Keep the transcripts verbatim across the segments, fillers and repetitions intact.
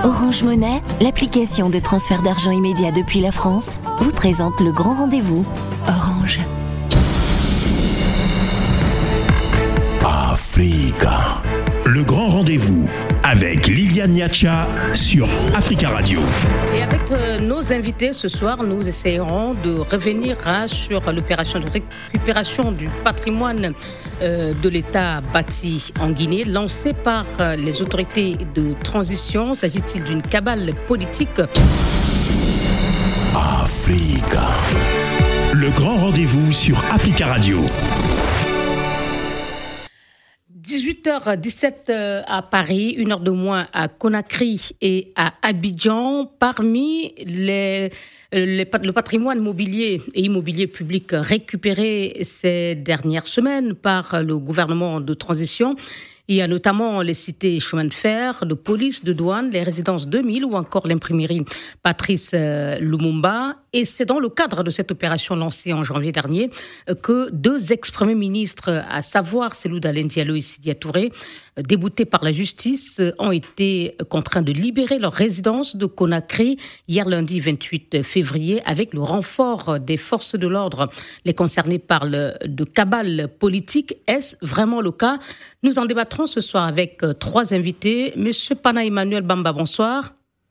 Orange Monnaie, l'application de transfert d'argent immédiat depuis la France, vous présente le grand rendez-vous. Orange. Africa. Le grand rendez-vous avec Liliane Niacha sur Africa Radio. Et avec euh, nos invités ce soir, nous essayerons de revenir hein, sur l'opération de récupération du patrimoine euh, de l'État bâti en Guinée, lancée par euh, les autorités de transition. S'agit-il d'une cabale politique ? Africa. Le grand rendez-vous sur Africa Radio. dix-huit heures dix-sept à Paris, une heure de moins à Conakry et à Abidjan. Parmi les, les, le patrimoine mobilier et immobilier public récupéré ces dernières semaines par le gouvernement de transition, il y a notamment les cités chemins de fer, de police, de douane, les résidences deux mille ou encore l'imprimerie Patrice Lumumba. Et c'est dans le cadre de cette opération lancée en janvier dernier que deux ex-premiers ministres, à savoir Cellou Dalein Diallo et Sidya Touré, déboutés par la justice, ont été contraints de libérer leur résidence de Conakry hier lundi vingt-huit février avec le renfort des forces de l'ordre. Les concernés parlent de cabale politique. Est-ce vraiment le cas ? Nous en débattrons ce soir avec trois invités. Monsieur Pana Emmanuel Bamba, bonsoir.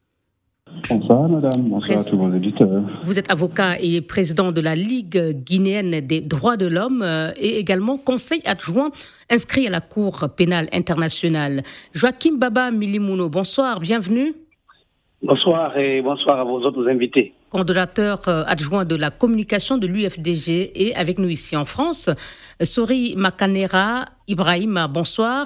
Bonsoir madame, bonsoir Prés- à tous vos éditeurs. Vous êtes avocat et président de la Ligue guinéenne des droits de l'homme et également conseil adjoint inscrit à la Cour pénale internationale. Joachim Baba Milimouno, bonsoir, bienvenue. Bonsoir et bonsoir à vos autres invités. Coordonnateur adjoint de la communication de l'U F D G et avec nous ici en France. Sori Makanera Ibrahim, bonsoir.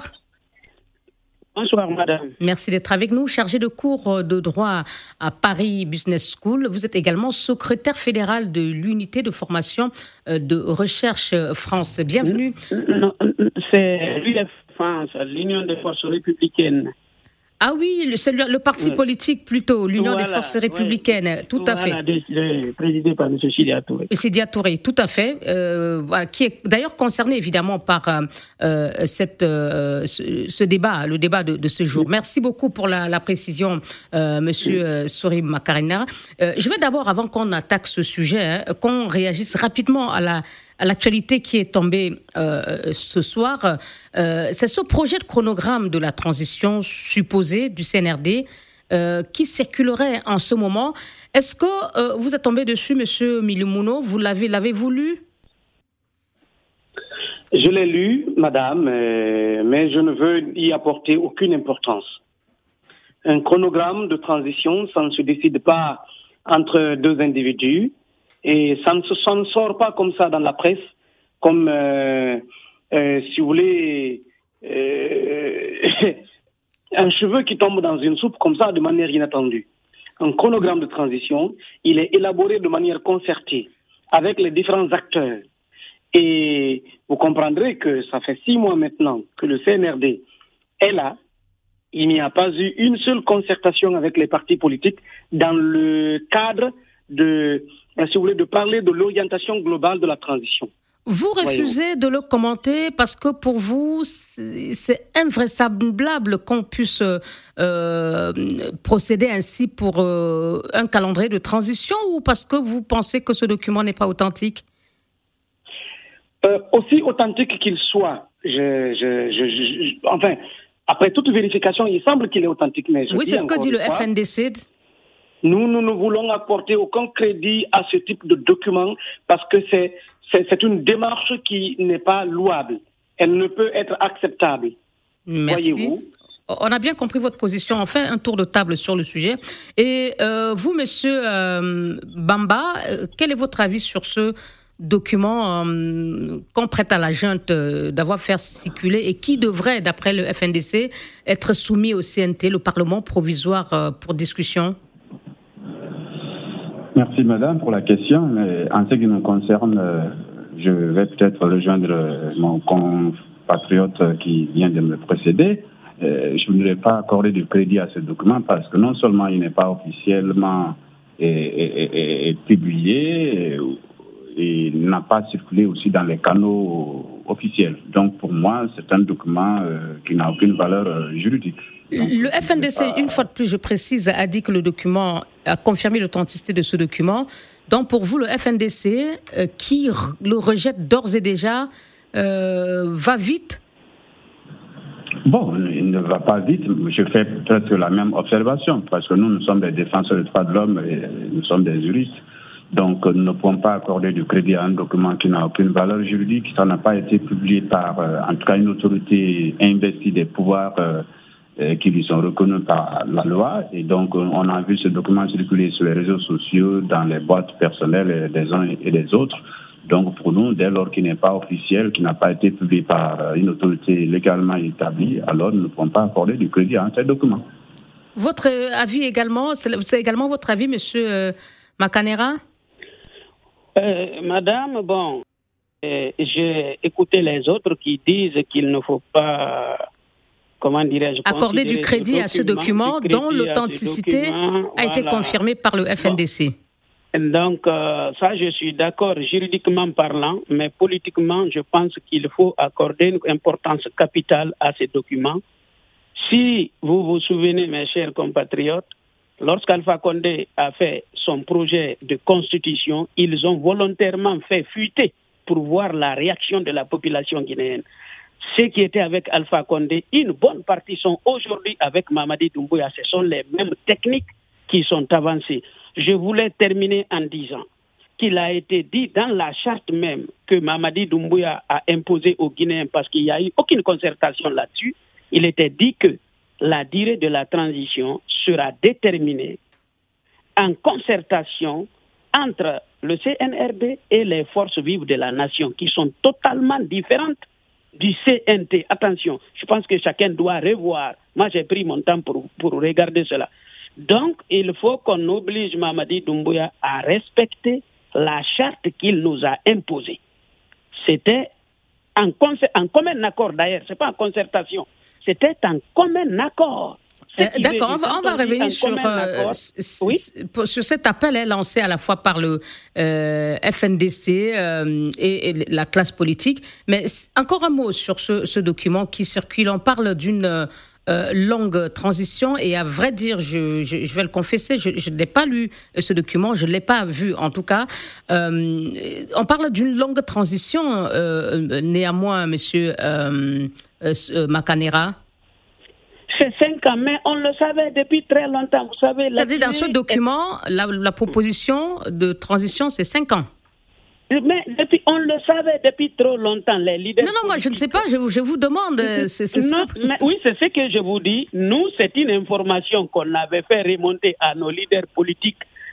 Bonsoir, madame. Merci d'être avec nous. Chargé de cours de droit à Paris Business School, vous êtes également secrétaire fédéral de l'unité de formation de recherche France. Bienvenue. Non, c'est l'U F France, l'Union des forces républicaines. Ah oui, le, c'est le, le parti politique plutôt, l'Union voilà, des forces républicaines, ouais, tout à voilà, fait. Présidé par M. Sidya Touré. Sidya Touré, tout à fait. Euh, voilà, qui est d'ailleurs concerné évidemment par euh, cette, euh, ce, ce débat, le débat de, de ce jour. Oui. Merci beaucoup pour la, la précision, euh, Monsieur oui. Sori Makarena. Euh, je vais d'abord, avant qu'on attaque ce sujet, hein, qu'on réagisse rapidement à la à l'actualité qui est tombée euh, ce soir. Euh, c'est ce projet de chronogramme de la transition supposée du C N R D euh, qui circulerait en ce moment. Est-ce que euh, vous êtes tombé dessus, Monsieur Milimouno ? Vous l'avez, l'avez-vous lu ? Je l'ai lu, madame, euh, mais je ne veux y apporter aucune importance. Un chronogramme de transition, ça ne se décide pas entre deux individus. Et ça ne, se, ça ne sort pas comme ça dans la presse, comme, euh, euh, si vous voulez, euh, un cheveu qui tombe dans une soupe comme ça de manière inattendue. Un chronogramme de transition, il est élaboré de manière concertée avec les différents acteurs. Et vous comprendrez que ça fait six mois maintenant que le C N R D est là. Il n'y a pas eu une seule concertation avec les partis politiques dans le cadre de... si vous voulez, de parler de l'orientation globale de la transition. Vous refusez Voyons. de le commenter parce que pour vous, c'est, c'est invraisemblable qu'on puisse euh, procéder ainsi pour euh, un calendrier de transition ou parce que vous pensez que ce document n'est pas authentique ? euh, Aussi authentique qu'il soit, je, je, je, je, enfin, après toute vérification, il semble qu'il est authentique. Mais je oui, c'est ce que dit le fois, F N D C. Nous, nous ne voulons apporter aucun crédit à ce type de document parce que c'est, c'est, c'est une démarche qui n'est pas louable. Elle ne peut être acceptable. Merci. Voyez-vous ? On a bien compris votre position. On fait un tour de table sur le sujet. Et euh, vous, monsieur euh, Bamba, euh, quel est votre avis sur ce document euh, qu'on prête à la junte euh, d'avoir fait circuler et qui devrait, d'après le F N D C, être soumis au C N T, le Parlement provisoire, euh, pour discussion ? Merci madame pour la question, mais en ce qui nous concerne, euh, je vais peut-être rejoindre euh, mon compatriote qui vient de me précéder. Euh, je ne voudrais pas accorder du crédit à ce document parce que non seulement il n'est pas officiellement et, et, et, et publié, et il n'a pas circulé aussi dans les canaux officiels. Donc pour moi, c'est un document euh, qui n'a aucune valeur euh, juridique. Le F N D C, une fois de plus, je précise, a dit que le document a confirmé l'authenticité de ce document. Donc, pour vous, le F N D C, euh, qui r- le rejette d'ores et déjà, euh, va vite? Bon, il ne va pas vite. Je fais peut-être la même observation, parce que nous, nous sommes des défenseurs des droits de l'homme et nous sommes des juristes. Donc, nous ne pouvons pas accorder du crédit à un document qui n'a aucune valeur juridique. Ça n'a pas été publié par, euh, en tout cas, une autorité investie des pouvoirs euh, euh, qui lui sont reconnus par la loi. Et donc, euh, on a vu ce document circuler sur les réseaux sociaux, dans les boîtes personnelles des uns et des autres. Donc, pour nous, dès lors qu'il n'est pas officiel, qu'il n'a pas été publié par euh, une autorité légalement établie, alors nous ne pouvons pas accorder du crédit à un tel document. Votre avis également, c'est, c'est également votre avis, monsieur euh, Makanera? Euh, madame, bon, euh, j'ai écouté les autres qui disent qu'il ne faut pas, comment dirais-je, accorder du crédit à ce document dont l'authenticité a été voilà. confirmée par le F N D C. Bon. Donc, euh, ça, je suis d'accord juridiquement parlant, mais politiquement, je pense qu'il faut accorder une importance capitale à ces documents. Si vous vous souvenez, mes chers compatriotes, lorsqu'Alpha Condé a fait son projet de constitution, ils ont volontairement fait fuiter pour voir la réaction de la population guinéenne. Ceux qui étaient avec Alpha Condé, une bonne partie sont aujourd'hui avec Mamadi Doumbouya. Ce sont les mêmes techniques qui sont avancées. Je voulais terminer en disant qu'il a été dit dans la charte même que Mamadi Doumbouya a imposée aux Guinéens parce qu'il n'y a eu aucune concertation là-dessus. Il était dit que la durée de la transition sera déterminée en concertation entre le C N R D et les forces vives de la nation, qui sont totalement différentes du C N T. Attention, je pense que chacun doit revoir. Moi, j'ai pris mon temps pour, pour regarder cela. Donc, il faut qu'on oblige Mamadi Doumbouya à respecter la charte qu'il nous a imposée. C'était en, concer- en commun accord, d'ailleurs, ce n'est pas en concertation. C'était un commun accord. Euh, d'accord, on va, on va revenir sur, euh, oui? sur cet appel hein, lancé à la fois par le euh, F N D C euh, et, et la classe politique. Mais encore un mot sur ce, ce document qui circule. On parle d'une euh, longue transition et à vrai dire, je, je, je vais le confesser, je ne l'ai pas lu ce document, je ne l'ai pas vu en tout cas. Euh, on parle d'une longue transition, euh, néanmoins, monsieur euh, euh, Makanera. C'est cinq ans, mais on le savait depuis très longtemps. Vous savez, c'est-à-dire dans ce document, la, la proposition de transition, c'est cinq ans. Mais depuis, on le savait depuis trop longtemps, les leaders. Non, non, moi je ne sais pas, je vous, je vous demande. C'est, c'est non, ce que... mais oui, c'est ce que je vous dis. Nous, c'est une information qu'on avait fait remonter à nos leaders politiques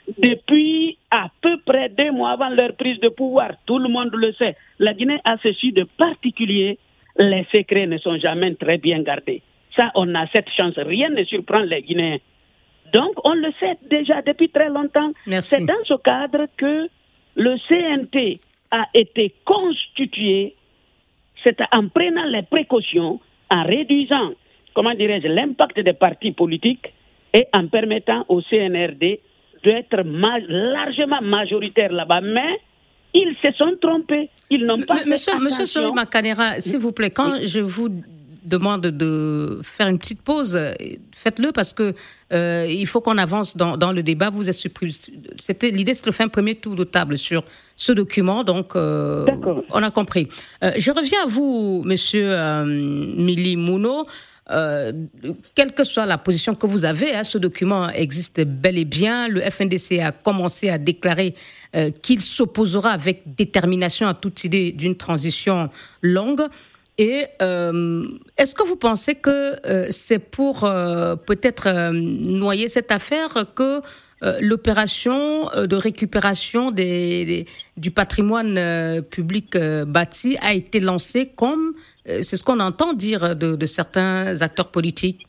depuis à peu près deux mois avant leur prise de pouvoir. Tout le monde le sait. La Guinée a ceci de particulier. Les secrets ne sont jamais très bien gardés. Ça, on a cette chance. Rien ne surprend les Guinéens. Donc, on le sait déjà depuis très longtemps. Merci. C'est dans ce cadre que le C N T a été constitué, c'est en prenant les précautions, en réduisant, comment dirais-je, l'impact des partis politiques et en permettant au C N R D d'être ma- largement majoritaire là-bas. Mais ils se sont trompés. Ils n'ont pas M- fait Monsieur, Monsieur Sory Makanera, s'il vous plaît, quand oui. je vous demande de faire une petite pause, faites-le parce que euh, il faut qu'on avance dans, dans le débat. Vous êtes surpris. C'était l'idée, c'est de faire un premier tour de table sur ce document. Donc, euh, on a compris. Euh, je reviens à vous, Monsieur euh, Mili Mouno. Euh, quelle que soit la position que vous avez, hein, ce document existe bel et bien. Le F N D C a commencé à déclarer euh, qu'il s'opposera avec détermination à toute idée d'une transition longue. Et euh, est-ce que vous pensez que euh, c'est pour euh, peut-être euh, noyer cette affaire que euh, l'opération de récupération des, des, du patrimoine euh, public euh, bâti a été lancée comme, euh, c'est ce qu'on entend dire de, de certains acteurs politiques?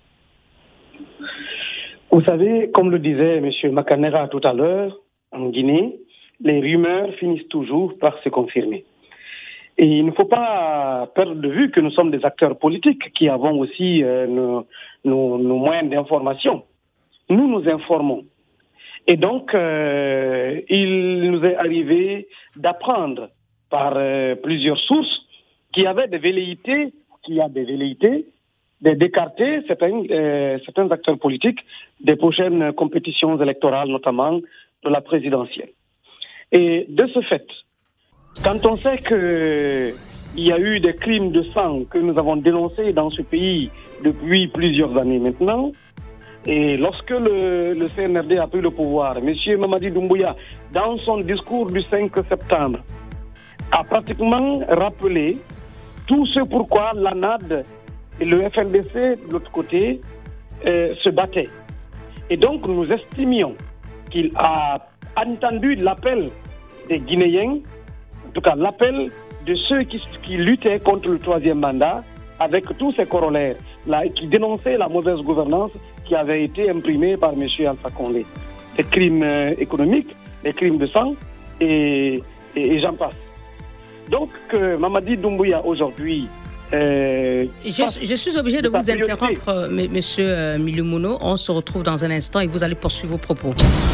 Vous savez, comme le disait M. Makanera tout à l'heure, en Guinée, les rumeurs finissent toujours par se confirmer. Et il ne faut pas perdre de vue que nous sommes des acteurs politiques qui avons aussi euh, nos, nos, nos moyens d'information. Nous nous informons. Et donc, euh, il nous est arrivé d'apprendre par euh, plusieurs sources qu'il y avait des velléités, qu'il y a des velléités d'écarter certains, euh, certains acteurs politiques des prochaines compétitions électorales, notamment de la présidentielle. Et de ce fait, quand on sait qu'il y a eu des crimes de sang que nous avons dénoncés dans ce pays depuis plusieurs années maintenant, et lorsque le, le C N R D a pris le pouvoir, M. Mamadi Doumbouya, dans son discours du cinq septembre, a pratiquement rappelé tout ce pourquoi l'A N A D et le F N D C, de l'autre côté, euh, se battaient. Et donc, nous estimions qu'il a entendu l'appel des Guinéens, en tout cas l'appel de ceux qui, qui luttaient contre le troisième mandat, avec tous ces corollaires, là, qui dénonçaient la mauvaise gouvernance qui avait été imprimée par M. Alpha Condé. Les crimes euh, économiques, les crimes de sang, et, et, et j'en passe. Donc, que Mamadi Doumbouya, aujourd'hui... Euh, je, je suis obligé de vous interrompre, euh, M. euh, Milumouno. On se retrouve dans un instant et vous allez poursuivre vos propos.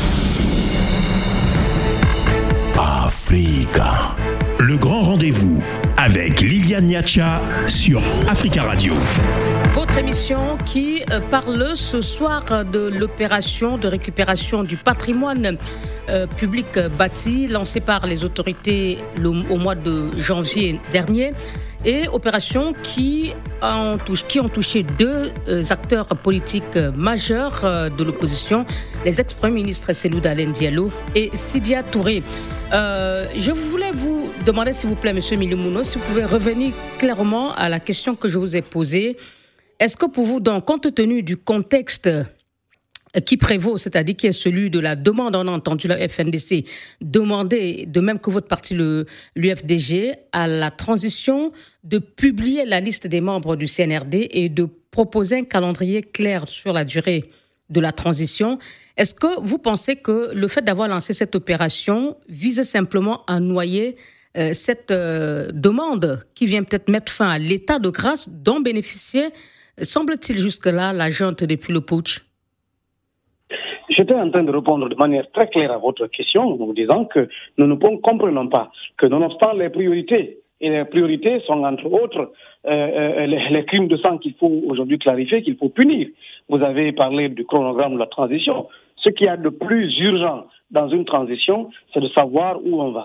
Africa. Le grand rendez-vous avec Liliane Niacha sur Africa Radio. Votre émission qui euh, parle ce soir de l'opération de récupération du patrimoine euh, public bâti lancée par les autorités le, au mois de janvier dernier. Et opération qui ont, touché, qui ont touché deux euh, acteurs politiques euh, majeurs euh, de l'opposition, les ex-premiers ministres Cellou Dalein Diallo et Sidya Touré. Euh, je voulais vous demander, s'il vous plaît, M. Milumouno, si vous pouvez revenir clairement à la question que je vous ai posée. Est-ce que pour vous, donc, compte tenu du contexte qui prévaut, c'est-à-dire qui est celui de la demande, on a entendu la F N D C demander, de même que votre parti, le, l'U F D G, à la transition de publier la liste des membres du C N R D et de proposer un calendrier clair sur la durée de la transition. Est-ce que vous pensez que le fait d'avoir lancé cette opération vise simplement à noyer euh, cette euh, demande qui vient peut-être mettre fin à l'état de grâce dont bénéficiait, semble-t-il jusque-là, la junte depuis le putsch? J'étais en train de répondre de manière très claire à votre question en vous disant que nous ne comprenons pas que nonobstant les priorités, et les priorités sont entre autres euh, euh, les, les crimes de sang qu'il faut aujourd'hui clarifier, qu'il faut punir. Vous avez parlé du chronogramme de la transition. Ce qu'il y a de plus urgent dans une transition, c'est de savoir où on va.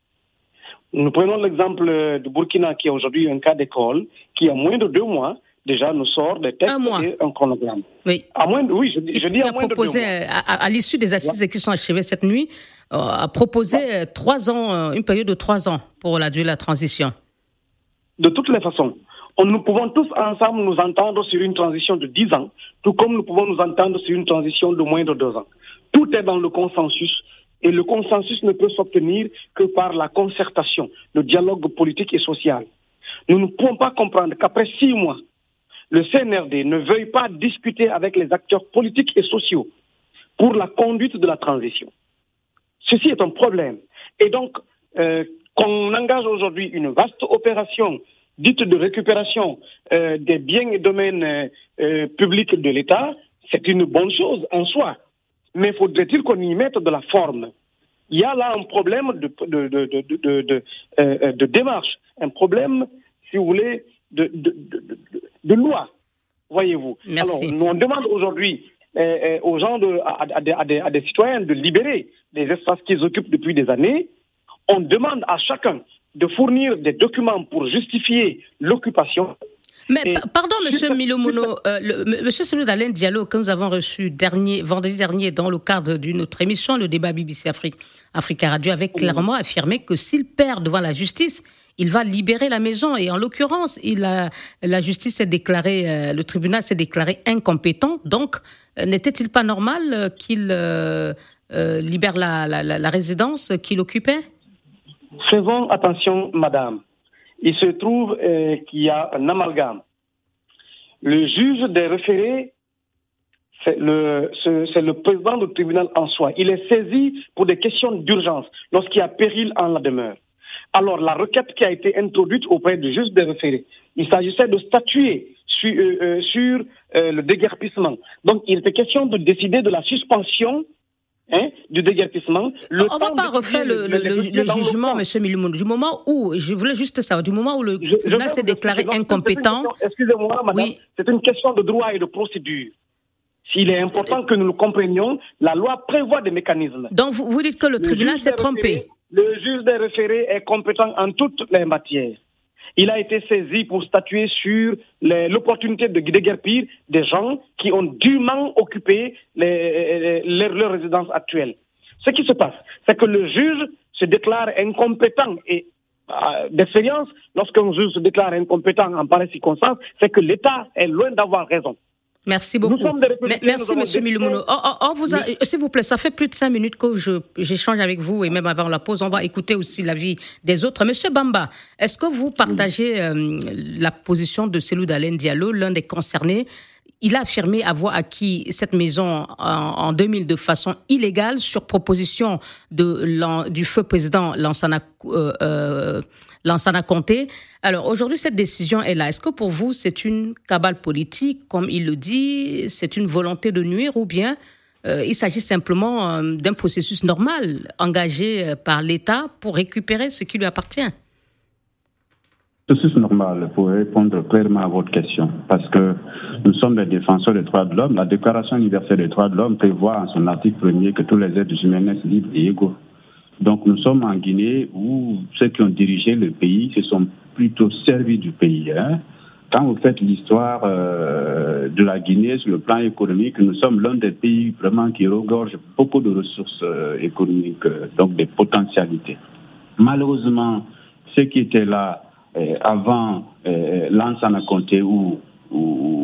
Nous prenons l'exemple du Burkina qui est aujourd'hui un cas d'école qui a moins de deux mois déjà nous sort des textes un et un chronogramme. Oui. À moins de, oui, je, je dis à moins proposé, de deux mois. À, à l'issue des assises ouais. qui sont achevées cette nuit, euh, a proposé ouais. trois ans, une période de trois ans pour la durée de la transition. De toutes les façons, on, nous pouvons tous ensemble nous entendre sur une transition de dix ans, tout comme nous pouvons nous entendre sur une transition de moins de deux ans. Tout est dans le consensus. Et le consensus ne peut s'obtenir que par la concertation, le dialogue politique et social. Nous ne pouvons pas comprendre qu'après six mois, le C N R D ne veuille pas discuter avec les acteurs politiques et sociaux pour la conduite de la transition. Ceci est un problème. Et donc, euh, qu'on engage aujourd'hui une vaste opération dite de récupération euh, des biens et domaines euh, euh, publics de l'État, c'est une bonne chose en soi. Mais faudrait-il qu'on y mette de la forme? Il y a là un problème de, de, de, de, de, de, euh, de démarche, un problème, si vous voulez, de, de, de, de, de loi, voyez-vous. Merci. Alors, nous on demande aujourd'hui euh, euh, aux gens, de, à, à, à, à, des, à des citoyens de libérer des espaces qu'ils occupent depuis des années. On demande à chacun de fournir des documents pour justifier l'occupation. Mais et pardon, Monsieur Milumouno, euh, le, Monsieur Cellou Dalein Diallo, que nous avons reçu dernier, vendredi dernier dans le cadre d'une autre émission, le débat B B C Afrique, Africa Radio, avait clairement affirmé que s'il perd devant la justice, il va libérer la maison. Et en l'occurrence, il a, la justice s'est déclarée, euh, le tribunal s'est déclaré incompétent. Donc, euh, n'était-il pas normal euh, qu'il euh, euh, libère la, la, la, la résidence qu'il occupait? Faisons attention, madame. Il se trouve euh, qu'il y a un amalgame. Le juge des référés, c'est le, c'est, c'est le président du tribunal en soi. Il est saisi pour des questions d'urgence lorsqu'il y a péril en la demeure. Alors, la requête qui a été introduite auprès du juge des référés, il s'agissait de statuer sur, euh, euh, sur euh, le déguerpissement. Donc, il était question de décider de la suspension hein, du déguerpissement. Le on ne va pas refaire le, le, le, le jugement, M. Milimoun. Du moment où, je voulais juste savoir, du moment où le je, tribunal s'est déclaré incompétent... Question, excusez-moi, madame, oui. C'est une question de droit et de procédure. S'il est important que nous le comprenions, la loi prévoit des mécanismes. Donc vous, vous dites que le, le tribunal s'est trompé. Le juge des référés est compétent en toutes les matières. Il a été saisi pour statuer sur les, l'opportunité de déguerpir des gens qui ont dûment occupé les, les, leur résidence actuelle. Ce qui se passe, c'est que le juge se déclare incompétent et euh, d'expérience, lorsqu'un juge se déclare incompétent en pareille circonstance, c'est que l'État est loin d'avoir raison. Merci beaucoup. Mais, merci, M. Milimoun. Oh, oh, oh, vous a, oui. S'il vous plaît, ça fait plus de cinq minutes que je, j'échange avec vous et même avant la pause, on va écouter aussi l'avis des autres. Monsieur Bamba, est-ce que vous partagez euh, la position de Cellou Dalein Diallo, l'un des concernés? Il a affirmé avoir acquis cette maison en, en deux mille de façon illégale sur proposition de, du feu président Lansana, euh, euh, Lansana Conté. Alors aujourd'hui, cette décision est là. Est-ce que pour vous, c'est une cabale politique, comme il le dit, c'est une volonté de nuire ou bien euh, il s'agit simplement euh, d'un processus normal engagé par l'État pour récupérer ce qui lui appartient? Processus normal pour répondre clairement à votre question, parce que nous sommes des défenseurs des droits de l'homme. La Déclaration universelle des droits de l'homme prévoit en son article premier que tous les êtres humains naissent libres et égaux. Donc nous sommes en Guinée où ceux qui ont dirigé le pays se sont plutôt servis du pays. Hein. Quand vous faites l'histoire euh, de la Guinée sur le plan économique, nous sommes l'un des pays vraiment qui regorge beaucoup de ressources euh, économiques, euh, donc des potentialités. Malheureusement, ceux qui étaient là euh, avant euh, Lansana Conté ou, ou,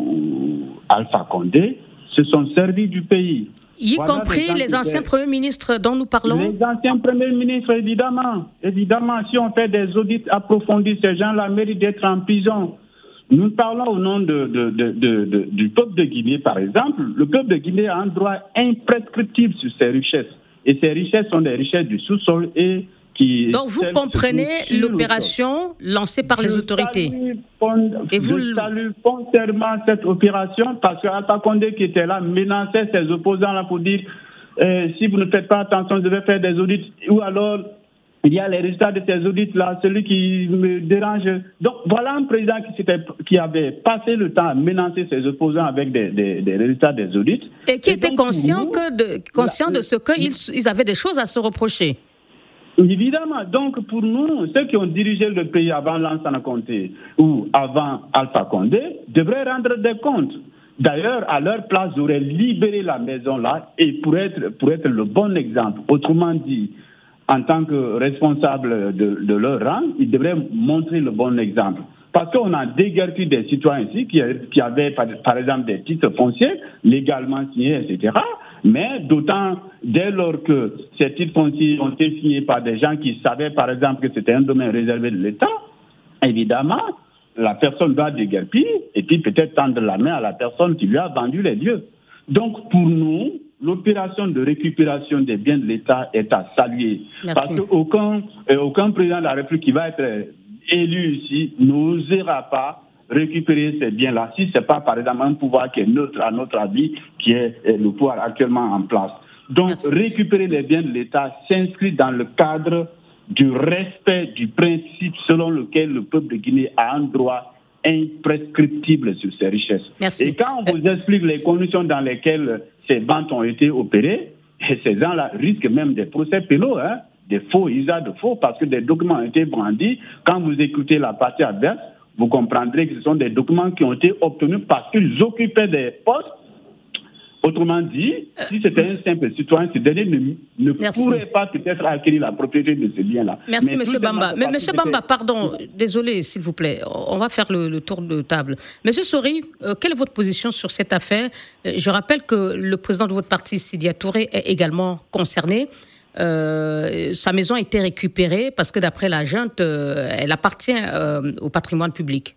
ou Alpha Condé se sont servis du pays. Y voilà compris les anciens premiers ministres dont nous parlons? Les anciens premiers ministres, évidemment. Évidemment, si on fait des audits approfondis, ces gens-là méritent d'être en prison. Nous parlons au nom de, de, de, de, de, du peuple de Guinée, par exemple. Le peuple de Guinée a un droit imprescriptible sur ses richesses. Et ces richesses sont des richesses du sous-sol et qui... Donc vous comprenez l'opération lancée par les je autorités. Salue, et vous je salue foncièrement cette opération parce qu'Alpha Condé qui était là menaçait ses opposants là pour dire euh, si vous ne faites pas attention, je vais faire des audits. Ou alors, il y a les résultats de ces audits-là, celui qui me dérange. Donc voilà un président qui, qui avait passé le temps à menacer ses opposants avec des, des, des résultats des audits. Et qui et était donc, conscient, nous, que de, conscient la, de ce qu'ils ils avaient des choses à se reprocher. Évidemment. Donc, pour nous, ceux qui ont dirigé le pays avant Lansana Conté ou avant Alpha Condé devraient rendre des comptes. D'ailleurs, à leur place, ils auraient libéré la maison là et pour être, pour être le bon exemple. Autrement dit, en tant que responsable de, de leur rang, ils devraient montrer le bon exemple. Parce qu'on a déguerpi des citoyens ici qui, qui avaient, par, par exemple, des titres fonciers légalement signés, et cetera. Mais d'autant, dès lors que ces titres fonciers ont été signés par des gens qui savaient, par exemple, que c'était un domaine réservé de l'État, évidemment, la personne doit déguerpir et puis peut-être tendre la main à la personne qui lui a vendu les lieux. Donc, pour nous, l'opération de récupération des biens de l'État est à saluer. Merci. Parce qu'aucun euh, aucun président de la République qui va être élu ici n'osera pas récupérer ces biens-là, si ce n'est pas, par exemple, un pouvoir qui est neutre, à notre avis, qui est le pouvoir actuellement en place. Donc, Merci. Récupérer les biens de l'État s'inscrit dans le cadre du respect du principe selon lequel le peuple de Guinée a un droit imprescriptible sur ses richesses. Merci. Et quand on vous explique les conditions dans lesquelles ces ventes ont été opérées, ces gens-là risquent même des procès pénaux, hein, des faux usages de faux, parce que des documents ont été brandis. Quand vous écoutez la partie adverse, vous comprendrez que ce sont des documents qui ont été obtenus parce qu'ils occupaient des postes. Autrement dit, euh, si c'était un simple citoyen, ce dernier ne, ne pourrait pas peut-être acquérir la propriété de ce bien-là. Merci, M. Bamba. Mais M. Bamba, pardon, désolé, s'il vous plaît, on va faire le, le tour de table. M. Sori, euh, quelle est votre position sur cette affaire? Je rappelle que le président de votre parti, Sidya Touré, est également concerné. Euh, sa maison a été récupérée parce que d'après la junte, euh, elle appartient euh, au patrimoine public.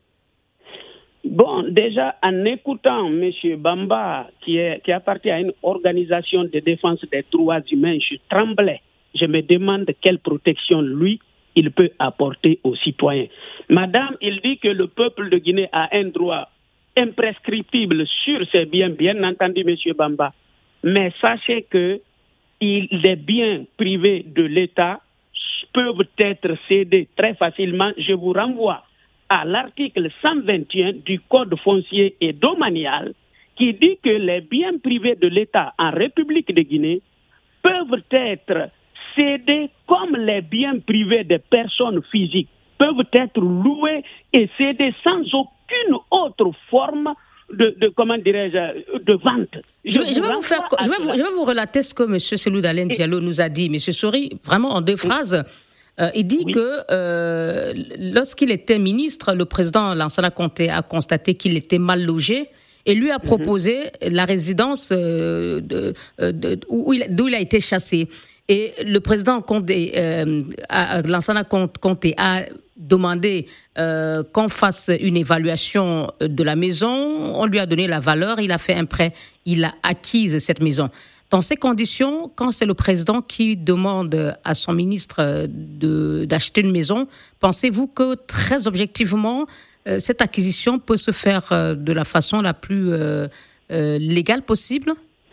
Bon, déjà, en écoutant M. Bamba, qui, est, qui appartient à une organisation de défense des droits humains, je tremblais. Je me demande quelle protection, lui, il peut apporter aux citoyens. Madame, il dit que le peuple de Guinée a un droit imprescriptible sur ses biens, bien entendu, M. Bamba. Mais sachez que il, les biens privés de l'État peuvent être cédés très facilement. Je vous renvoie à l'article cent vingt et un du Code foncier et domanial qui dit que les biens privés de l'État en République de Guinée peuvent être cédés comme les biens privés des personnes physiques, peuvent être loués et cédés sans aucune autre forme de, de comment dirais-je, de vente. Je, je, je, vais vous faire, je, vais vous, je vais vous relater ce que M. Selou Dalein Diallo nous a dit. M. Sori, vraiment en deux phrases, euh, il dit oui. que euh, lorsqu'il était ministre, le président Lansana Conté a constaté qu'il était mal logé et lui a proposé mm-hmm. la résidence euh, de, de, où il, d'où il a été chassé. Et le président Condé, euh, a, Lansana Conté a demandé euh, qu'on fasse une évaluation de la maison. On lui a donné la valeur, il a fait un prêt, il a acquise cette maison. Dans ces conditions, quand c'est le président qui demande à son ministre de, d'acheter une maison, pensez-vous que très objectivement, euh, cette acquisition peut se faire euh, de la façon la plus euh, euh, légale possible ?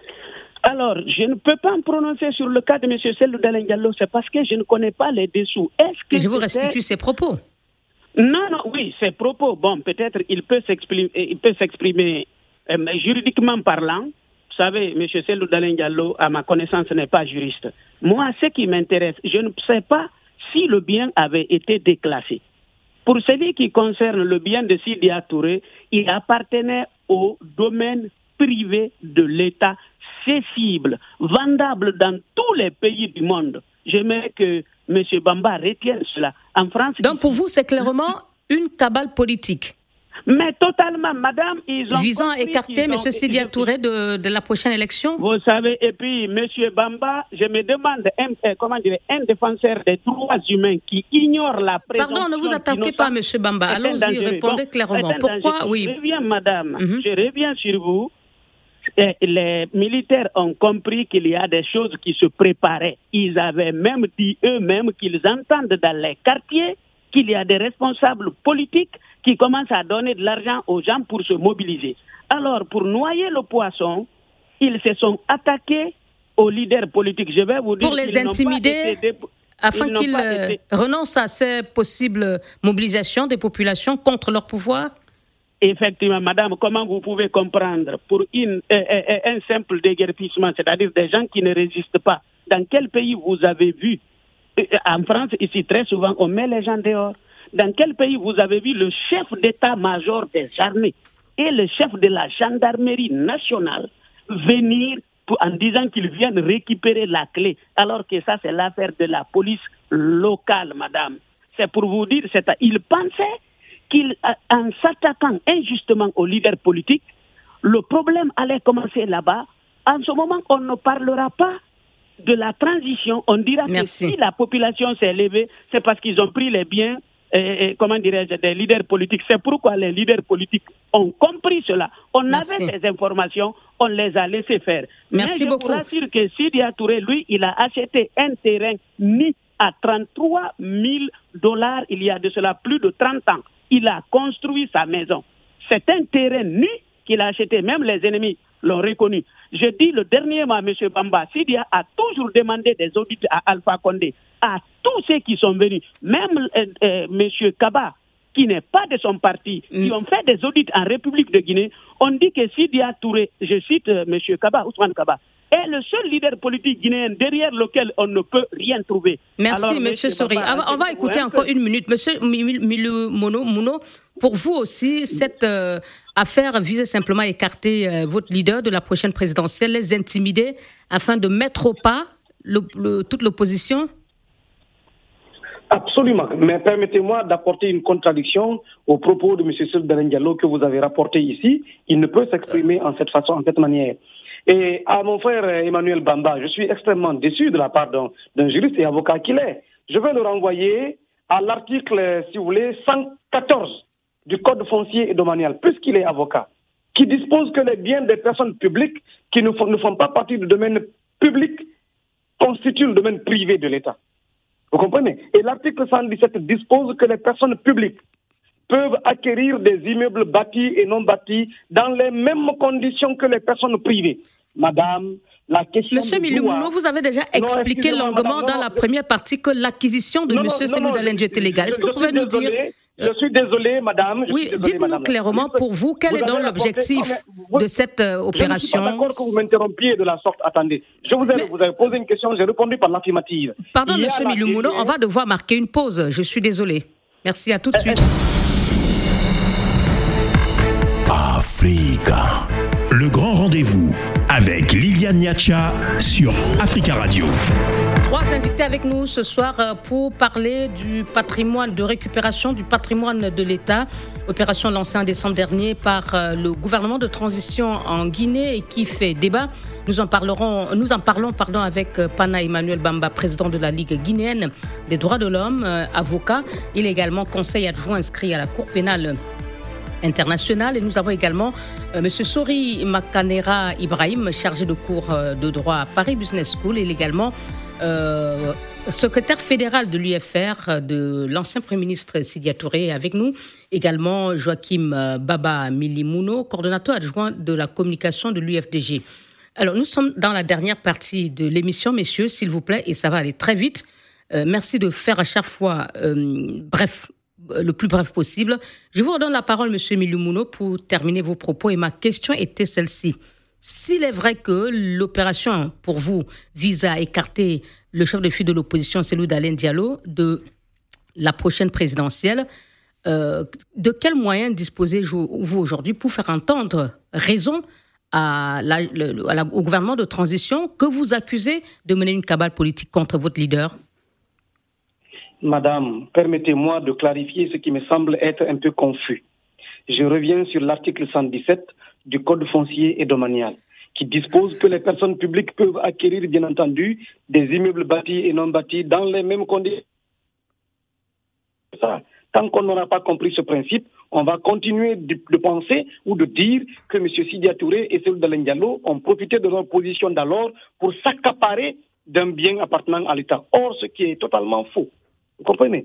Alors, je ne peux pas me prononcer sur le cas de M. Selou Dalein Diallo, c'est parce que je ne connais pas les dessous. Est-ce que je vous restitue ses propos. Non, non, oui, ses propos. Bon, peut-être il peut s'exprimer, il peut s'exprimer euh, juridiquement parlant. Vous savez, M. Selou Dalein Diallo, à ma connaissance, n'est pas juriste. Moi, ce qui m'intéresse, je ne sais pas si le bien avait été déclassé. Pour celui qui concerne le bien de Sidya Touré, il appartenait au domaine privé de l'État, cessible, vendable dans tous les pays du monde. J'aimerais que M. Bamba retienne cela. En France, donc pour vous, c'est clairement une cabale politique. Mais totalement, madame, ils ont... Visant à écarter M. Sidya Touré de, de la prochaine élection. Vous savez, et puis M. Bamba, je me demande, un, comment dire, un défenseur des droits humains qui ignore la présomption... Pardon, ne vous attaquez pas, M. Bamba. Allons-y, répondez bon, clairement. Pourquoi, oui. Je reviens, madame, mm-hmm. je reviens sur vous. Et les militaires ont compris qu'il y a des choses qui se préparaient. Ils avaient même dit eux-mêmes qu'ils entendent dans les quartiers qu'il y a des responsables politiques qui commencent à donner de l'argent aux gens pour se mobiliser. Alors, pour noyer le poisson, ils se sont attaqués aux leaders politiques. Je vais vous dire pour les intimider, dé... afin ils qu'ils euh, été... renoncent à ces possibles mobilisations des populations contre leur pouvoir. Effectivement, madame, comment vous pouvez comprendre pour une, euh, euh, un simple déguerpissement, c'est-à-dire des gens qui ne résistent pas, dans quel pays vous avez vu, euh, en France, ici, très souvent, on met les gens dehors. Dans quel pays vous avez vu le chef d'état-major des armées et le chef de la gendarmerie nationale venir pour, en disant qu'ils viennent récupérer la clé, alors que ça, c'est l'affaire de la police locale, madame. C'est pour vous dire, c'est à, ils pensaient qu'il, en s'attaquant injustement aux leaders politiques, le problème allait commencer là-bas. En ce moment, on ne parlera pas de la transition. On dira Merci. que si la population s'est levée, c'est parce qu'ils ont pris les biens, et, et, comment dirais-je, des leaders politiques. C'est pourquoi les leaders politiques ont compris cela. On Merci. avait ces informations, on les a laissés faire. Merci Mais je beaucoup. vous rassure que Sidya Touré, lui, il a acheté un terrain mis à trente-trois mille dollars il y a de cela plus de trente ans. Il a construit sa maison. C'est un terrain nu qu'il a acheté. Même les ennemis l'ont reconnu. Je dis le dernier mois, M. Bamba, Sidya a toujours demandé des audits à Alpha Condé, à tous ceux qui sont venus, même euh, euh, M. Kaba, qui n'est pas de son parti, mm. qui ont fait des audits en République de Guinée. On dit que Sidya Touré, je cite euh, M. Kaba, Ousmane Kaba, est le seul leader politique guinéen derrière lequel on ne peut rien trouver. Merci, Alors, M. Sori. On va écouter encore une minute. Monsieur Milou Mouno, pour vous aussi, cette euh, affaire visait simplement à écarter euh, votre leader de la prochaine présidentielle, les intimider afin de mettre au pas le, le, toute l'opposition? Absolument. Mais permettez-moi d'apporter une contradiction aux propos de M. Selou Dalein Diallo que vous avez rapporté ici. Il ne peut s'exprimer en cette façon, en cette manière. Et à mon frère Emmanuel Bamba, je suis extrêmement déçu de la part d'un, d'un juriste et avocat qu'il est. Je vais le renvoyer à l'article, si vous voulez, cent quatorze du Code foncier et domanial, puisqu'il est avocat, qui dispose que les biens des personnes publiques qui ne font, ne font pas partie du domaine public constituent le domaine privé de l'État. Vous comprenez? Et l'article cent dix-sept dispose que les personnes publiques peuvent acquérir des immeubles bâtis et non bâtis dans les mêmes conditions que les personnes privées. Madame, La question Monsieur Milimouno, vous avez déjà expliqué non, longuement madame, dans non, la je... première partie que l'acquisition de Monsieur Cellou Dalein était légale. Est-ce que vous pouvez nous désolé, dire... Je suis désolé, madame. Oui, dites-nous clairement, pour vous, quel est donc l'objectif de cette euh, opération? Je ne suis pas d'accord que vous m'interrompiez de la sorte. Attendez, je vous ai, mais... vous avez posé une question, j'ai répondu par l'affirmative. Pardon, monsieur Milimouno, on va devoir marquer une pause. Je suis désolé. Merci, à tout de suite. Africa. Le grand rendez-vous avec Liliane Niacha sur Africa Radio. Trois invités avec nous ce soir pour parler du patrimoine, de récupération du patrimoine de l'État. Opération lancée en décembre dernier par le gouvernement de transition en Guinée et qui fait débat. Nous en parlerons, nous en parlons pardon, avec Pana Emmanuel Bamba, président de la Ligue guinéenne des droits de l'homme, avocat. Il est également conseiller adjoint inscrit à la Cour pénale internationale. Et nous avons également euh, M. Sori Makanera Ibrahim, chargé de cours euh, de droit à Paris Business School. Il est également euh, secrétaire fédéral de l'U F R, de l'ancien Premier ministre Sidya Touré avec nous. Également Joachim Baba Milimouno, coordonnateur adjoint de la communication de l'U F D G. Alors, nous sommes dans la dernière partie de l'émission, messieurs, s'il vous plaît, et ça va aller très vite. Euh, merci de faire à chaque fois, euh, bref, le plus bref possible. Je vous redonne la parole, Monsieur Milimouno, pour terminer vos propos. Et ma question était celle-ci. S'il est vrai que l'opération, pour vous, vise à écarter le chef de file de l'opposition, Cellou Dalein Diallo, de la prochaine présidentielle, euh, de quels moyens disposez-vous aujourd'hui pour faire entendre raison à la, le, à la, au gouvernement de transition que vous accusez de mener une cabale politique contre votre leader ? Madame, permettez-moi de clarifier ce qui me semble être un peu confus. Je reviens sur l'article cent dix-sept du Code foncier et domanial, qui dispose que les personnes publiques peuvent acquérir, bien entendu, des immeubles bâtis et non bâtis dans les mêmes conditions. Ça. Tant qu'on n'aura pas compris ce principe, on va continuer de, de penser ou de dire que M. Sidya Touré et Cellou Dalein Diallo ont profité de leur position d'alors pour s'accaparer d'un bien appartenant à l'État. Or, ce qui est totalement faux. Vous comprenez?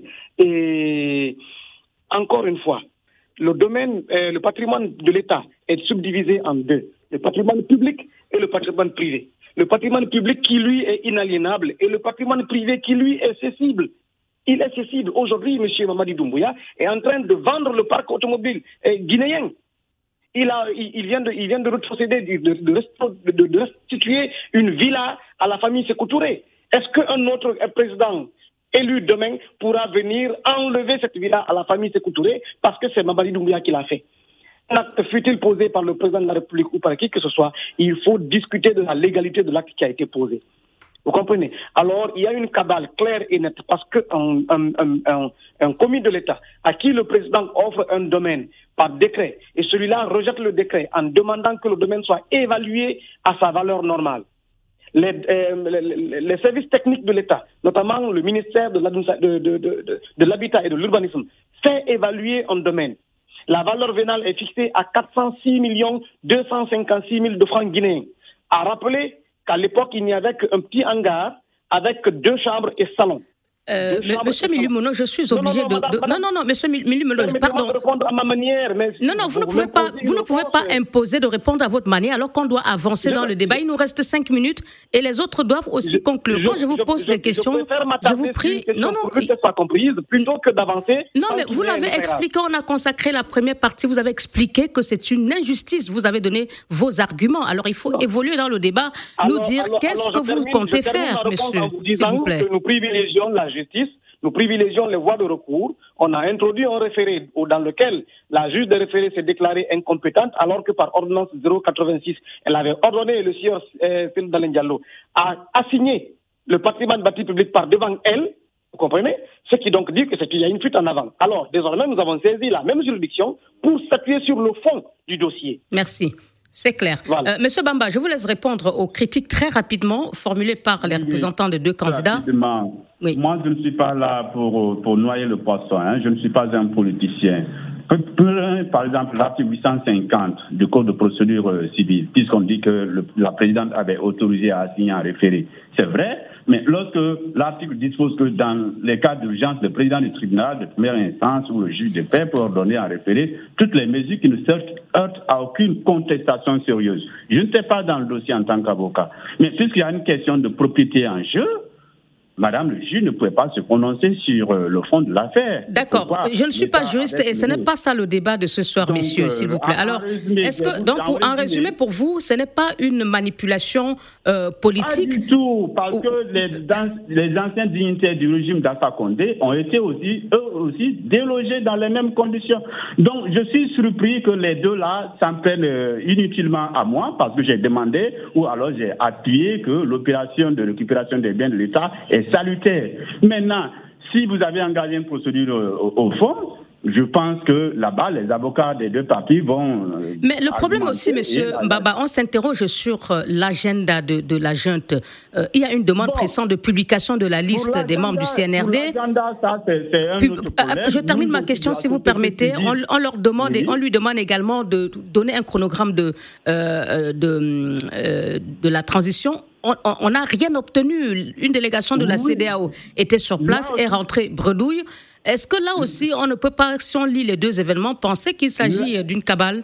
Et encore une fois, le domaine, euh, le patrimoine de l'État est subdivisé en deux. Le patrimoine public et le patrimoine privé. Le patrimoine public qui, lui, est inaliénable et le patrimoine privé qui, lui, est cessible. Il est cessible. Aujourd'hui, M. Mamadi Doumbouya est en train de vendre le parc automobile euh, guinéen. Il, a, il, il, vient de, il vient de retrocéder, de, de, de, de restituer une villa à la famille Sékou Touré. Est-ce qu'un autre président élu demain pourra venir enlever cette villa à la famille Sékou Touré parce que c'est Mamadi Doumbouya qui l'a fait? L'acte fut-il posé par le président de la République ou par qui que ce soit, il faut discuter de la légalité de l'acte qui a été posé. Vous comprenez? Alors, il y a une cabale claire et nette parce qu'un un, un, un, un commis de l'État à qui le président offre un domaine par décret et celui-là rejette le décret en demandant que le domaine soit évalué à sa valeur normale. Les, euh, les, les services techniques de l'État, notamment le ministère de, de, de, de, de l'Habitat et de l'Urbanisme, fait évaluer un domaine. La valeur vénale est fixée à quatre cent six millions deux cent cinquante-six mille de francs guinéens. À rappeler qu'à l'époque, il n'y avait qu'un petit hangar avec deux chambres et salon. Euh, mais, monsieur Milimouno, je suis obligé non, non, non, de, de... Non, non, non, monsieur Milimouno, pardon. De répondre à ma manière, mais non, non, vous, vous ne pouvez pas, vous ne pouvez pas imposer de répondre à votre manière alors qu'on doit avancer je dans le débat. Il nous reste cinq minutes et les autres doivent aussi je, conclure. Quand je, je vous pose je, des questions, je, je vous prie... Non, non. Je ne pas comprise, plutôt que d'avancer... Non, mais vous l'avez expliqué, on a consacré la première partie, vous avez expliqué que c'est une injustice. Vous avez donné vos arguments. Alors, il faut non. évoluer dans le débat, alors, nous dire alors, qu'est-ce alors, que vous termine, comptez faire, monsieur, s'il vous plaît. Nous privilégions la justice. Nous privilégions les voies de recours. On a introduit un référé dans lequel la juge de référé s'est déclarée incompétente alors que par ordonnance zéro quatre-vingt-six, elle avait ordonné le sieur euh, Cellou Dalein Diallo à assigner le patrimoine bâti public par devant elle. Vous comprenez? Ce qui donc dit que c'est qu'il y a une fuite en avant. Alors, désormais, nous avons saisi la même juridiction pour s'appuyer sur le fond du dossier. Merci. C'est clair. Voilà. Euh, Monsieur Bamba, je vous laisse répondre aux critiques très rapidement formulées par les oui, représentants des deux candidats. Oui. Moi, je ne suis pas là pour, pour noyer le poisson. Hein. Je ne suis pas un politicien. Par exemple, l'article huit cent cinquante du Code de procédure civile, puisqu'on dit que le, la présidente avait autorisé à assigner un référé. C'est vrai, Mais lorsque l'article dispose que dans les cas d'urgence, le président du tribunal de première instance ou le juge de paix peut ordonner en référé toutes les mesures qui ne se heurtent à aucune contestation sérieuse. Je ne sais pas dans le dossier en tant qu'avocat, mais puisqu'il y a une question de propriété en jeu, Madame le juge ne pouvait pas se prononcer sur euh, le fond de l'affaire. D'accord. Pourquoi Je ne suis pas juriste et ce n'est pas ça le débat de ce soir, donc, messieurs, euh, s'il vous plaît. Alors, résumé, est-ce que, donc, pour, en résumé, pour vous, ce n'est pas une manipulation euh, politique? Pas du tout, parce ou... que les, dans, les anciens dignitaires du régime d'Alpha Condé ont été aussi, eux aussi, délogés dans les mêmes conditions. Donc, je suis surpris que les deux là s'en prennent euh, inutilement à moi, parce que j'ai demandé, ou alors j'ai appuyé que l'opération de récupération des biens de l'État est salutaire. Maintenant, si vous avez engagé une procédure au, au fond, je pense que là-bas, les avocats des deux parties vont... Euh, Mais le problème aussi, monsieur Mbaba, on s'interroge sur euh, l'agenda de, de la junte. Euh, il y a une demande bon, pressante de publication de la liste des membres du C N R D. Ça, c'est, c'est un Puis, autre problème. Je termine Nous, ma question, si vous permettez. On, on, leur demande oui. et on lui demande également de donner un chronogramme de, euh, de, euh, de la transition. On n'a rien obtenu. Une délégation de la oui. C D A O était sur place et rentrée bredouille. Est-ce que là aussi, on ne peut pas, si on lit les deux événements, penser qu'il s'agit là, d'une cabale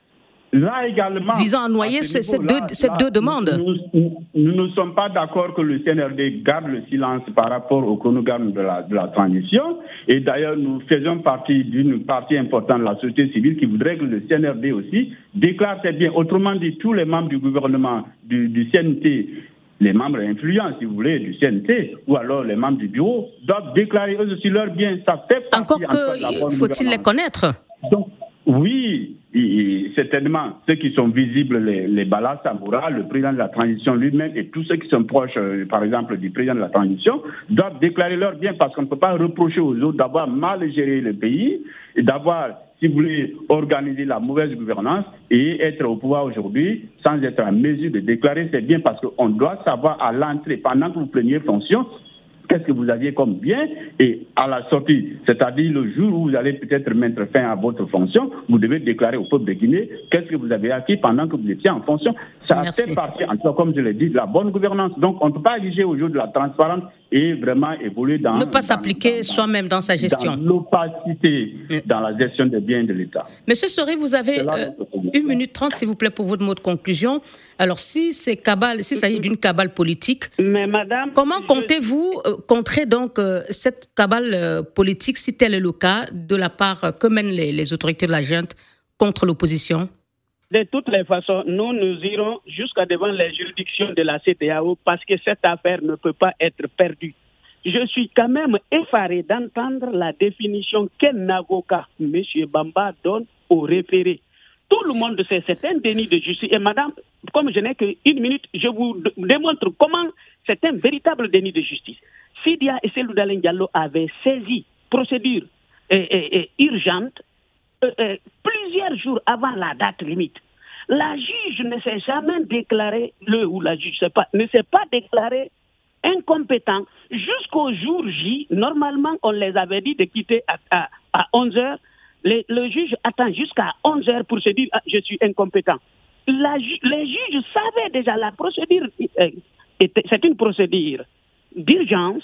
là également, visant à noyer ce ces, deux, là, ces là, deux demandes? Nous, nous ne sommes pas d'accord que le C N R D garde le silence par rapport au chronogramme de la, de la transition. Et d'ailleurs, nous faisons partie d'une partie importante de la société civile qui voudrait que le C N R D aussi déclare ses biens. Autrement dit, tous les membres du gouvernement, du, du C N T, les membres influents, si vous voulez, du C N T, ou alors les membres du bureau, doivent déclarer eux aussi leurs biens. Ça fait partie, encore que, faut-il les connaître? Donc, oui, certainement, ceux qui sont visibles, les, les Bala Samoura, le président de la transition lui-même et tous ceux qui sont proches, euh, par exemple, du président de la transition, doivent déclarer leurs biens parce qu'on ne peut pas reprocher aux autres d'avoir mal géré le pays et d'avoir, si vous voulez, organisé la mauvaise gouvernance et être au pouvoir aujourd'hui sans être en mesure de déclarer ses biens parce qu'on doit savoir à l'entrée, pendant que vous preniez fonction, qu'est-ce que vous aviez comme bien et à la sortie, c'est-à-dire le jour où vous allez peut-être mettre fin à votre fonction, vous devez déclarer au peuple de Guinée qu'est-ce que vous avez acquis pendant que vous étiez en fonction. Ça Merci. fait partie, en tout cas, comme je l'ai dit, de la bonne gouvernance. Donc, on ne peut pas exiger au jour de la transparence et vraiment évoluer dans... Ne pas s'appliquer dans, soi-même dans sa gestion. Dans l'opacité, mmh. dans la gestion des biens de l'État. Monsieur Sori, vous avez euh, une minute trente, s'il vous plaît, pour votre mot de conclusion. Alors, si c'est cabale, s'il s'agit d'une cabale politique, mais madame, comment je... comptez-vous euh, contrer donc euh, cette cabale euh, politique, si tel est le cas, de la part euh, que mènent les, les autorités de la junte contre l'opposition? De toutes les façons, nous nous irons jusqu'à devant les juridictions de la C D A O parce que cette affaire ne peut pas être perdue. Je suis quand même effaré d'entendre la définition qu'un avocat, M. Bamba, donne au référé. Tout le monde sait, c'est un déni de justice. Et madame, comme je n'ai qu'une minute, je vous démontre comment c'est un véritable déni de justice. Sidia et Cellou Dalein Diallo avaient saisi procédure et, et, et urgente euh, euh, plusieurs jours avant la date limite. La juge ne s'est jamais déclarée, le ou la juge sais pas, ne s'est pas déclarée incompétent jusqu'au jour J. Normalement, on les avait dit de quitter à, à, à onze heures. Le, le juge attend jusqu'à onze heures pour se dire ah, « je suis incompétent ». La, les juges savaient déjà la procédure, euh, était, c'est une procédure d'urgence.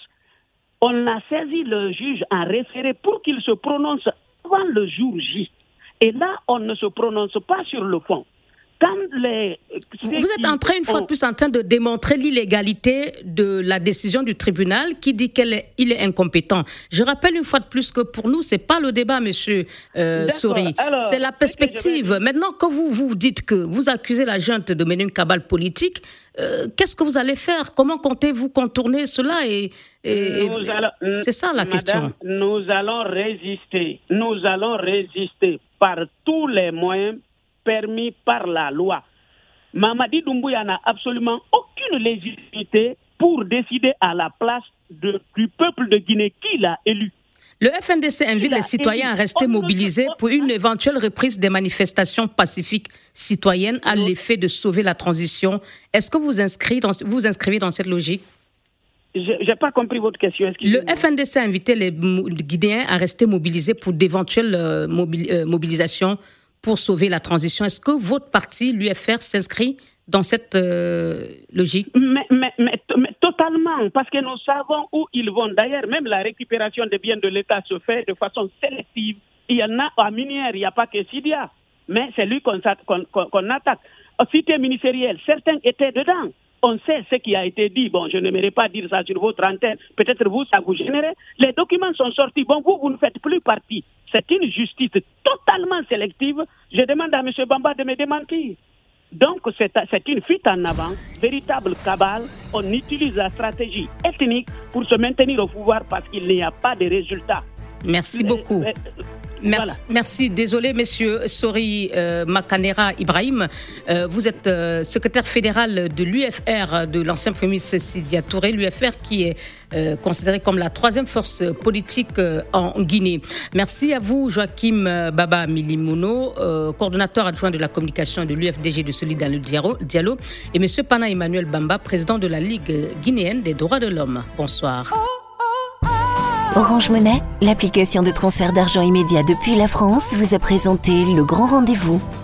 On a saisi le juge en référé pour qu'il se prononce avant le jour J. Et là, on ne se prononce pas sur le fond. Quand les, Vous êtes en train, une fois de plus, en train de démontrer l'illégalité de la décision du tribunal qui dit qu'il est, il est incompétent. Je rappelle une fois de plus que pour nous, c'est pas le débat, monsieur euh, Sori. Alors, c'est la perspective. Que vais... Maintenant, quand vous vous dites que vous accusez la junte de mener une cabale politique, euh, qu'est-ce que vous allez faire? Comment comptez-vous contourner cela? Et, et, et allons, c'est ça la madame, question. Nous allons résister. Nous allons résister par tous les moyens permis par la loi. Mamadi Doumbouya n'a absolument aucune légitimité pour décider à la place de, du peuple de Guinée qui l'a élu. Le F N D C invite les citoyens élu. à rester On mobilisés pour une éventuelle reprise des manifestations pacifiques citoyennes à l'effet de sauver la transition. Est-ce que vous inscrivez dans, vous inscrivez dans cette logique? Je n'ai pas compris votre question. Le F N D C a invité les Guinéens à rester mobilisés pour d'éventuelles euh, mobil, euh, mobilisations pour sauver la transition. Est-ce que votre parti, l'U F R, s'inscrit dans cette euh, logique? mais, mais, mais, mais totalement. Vraiment, parce que nous savons où ils vont. D'ailleurs, même la récupération des biens de l'État se fait de façon sélective. Il y en a à Minière, il n'y a pas que Sidia. Mais c'est lui qu'on, qu'on, qu'on attaque. Cité ministérielle, certains étaient dedans. On sait ce qui a été dit. Bon, je n'aimerais pas dire ça sur votre antenne. Peut-être vous, ça vous générait. Les documents sont sortis. Bon, vous, vous ne faites plus partie. C'est une justice totalement sélective. Je demande à M. Bamba de me démentir. Donc, c'est, c'est une fuite en avant, véritable cabale. On utilise la stratégie ethnique pour se maintenir au pouvoir parce qu'il n'y a pas de résultats. Merci beaucoup. Euh, Merci, voilà. merci. Désolé, monsieur Sori euh, Makanera Ibrahim. Euh, vous êtes euh, secrétaire fédéral de l'U F R, de l'ancien Premier ministre Sidya Touré, l'U F R qui est euh, considéré comme la troisième force politique euh, en Guinée. Merci à vous, Joachim Baba Milimono, euh, coordonnateur adjoint de la communication de l'U F D G de Solid dans le Diallo, et monsieur Pana Emmanuel Bamba, président de la Ligue guinéenne des droits de l'homme. Bonsoir. Orange Monnaie, l'application de transfert d'argent immédiat depuis la France, vous a présenté le grand rendez-vous.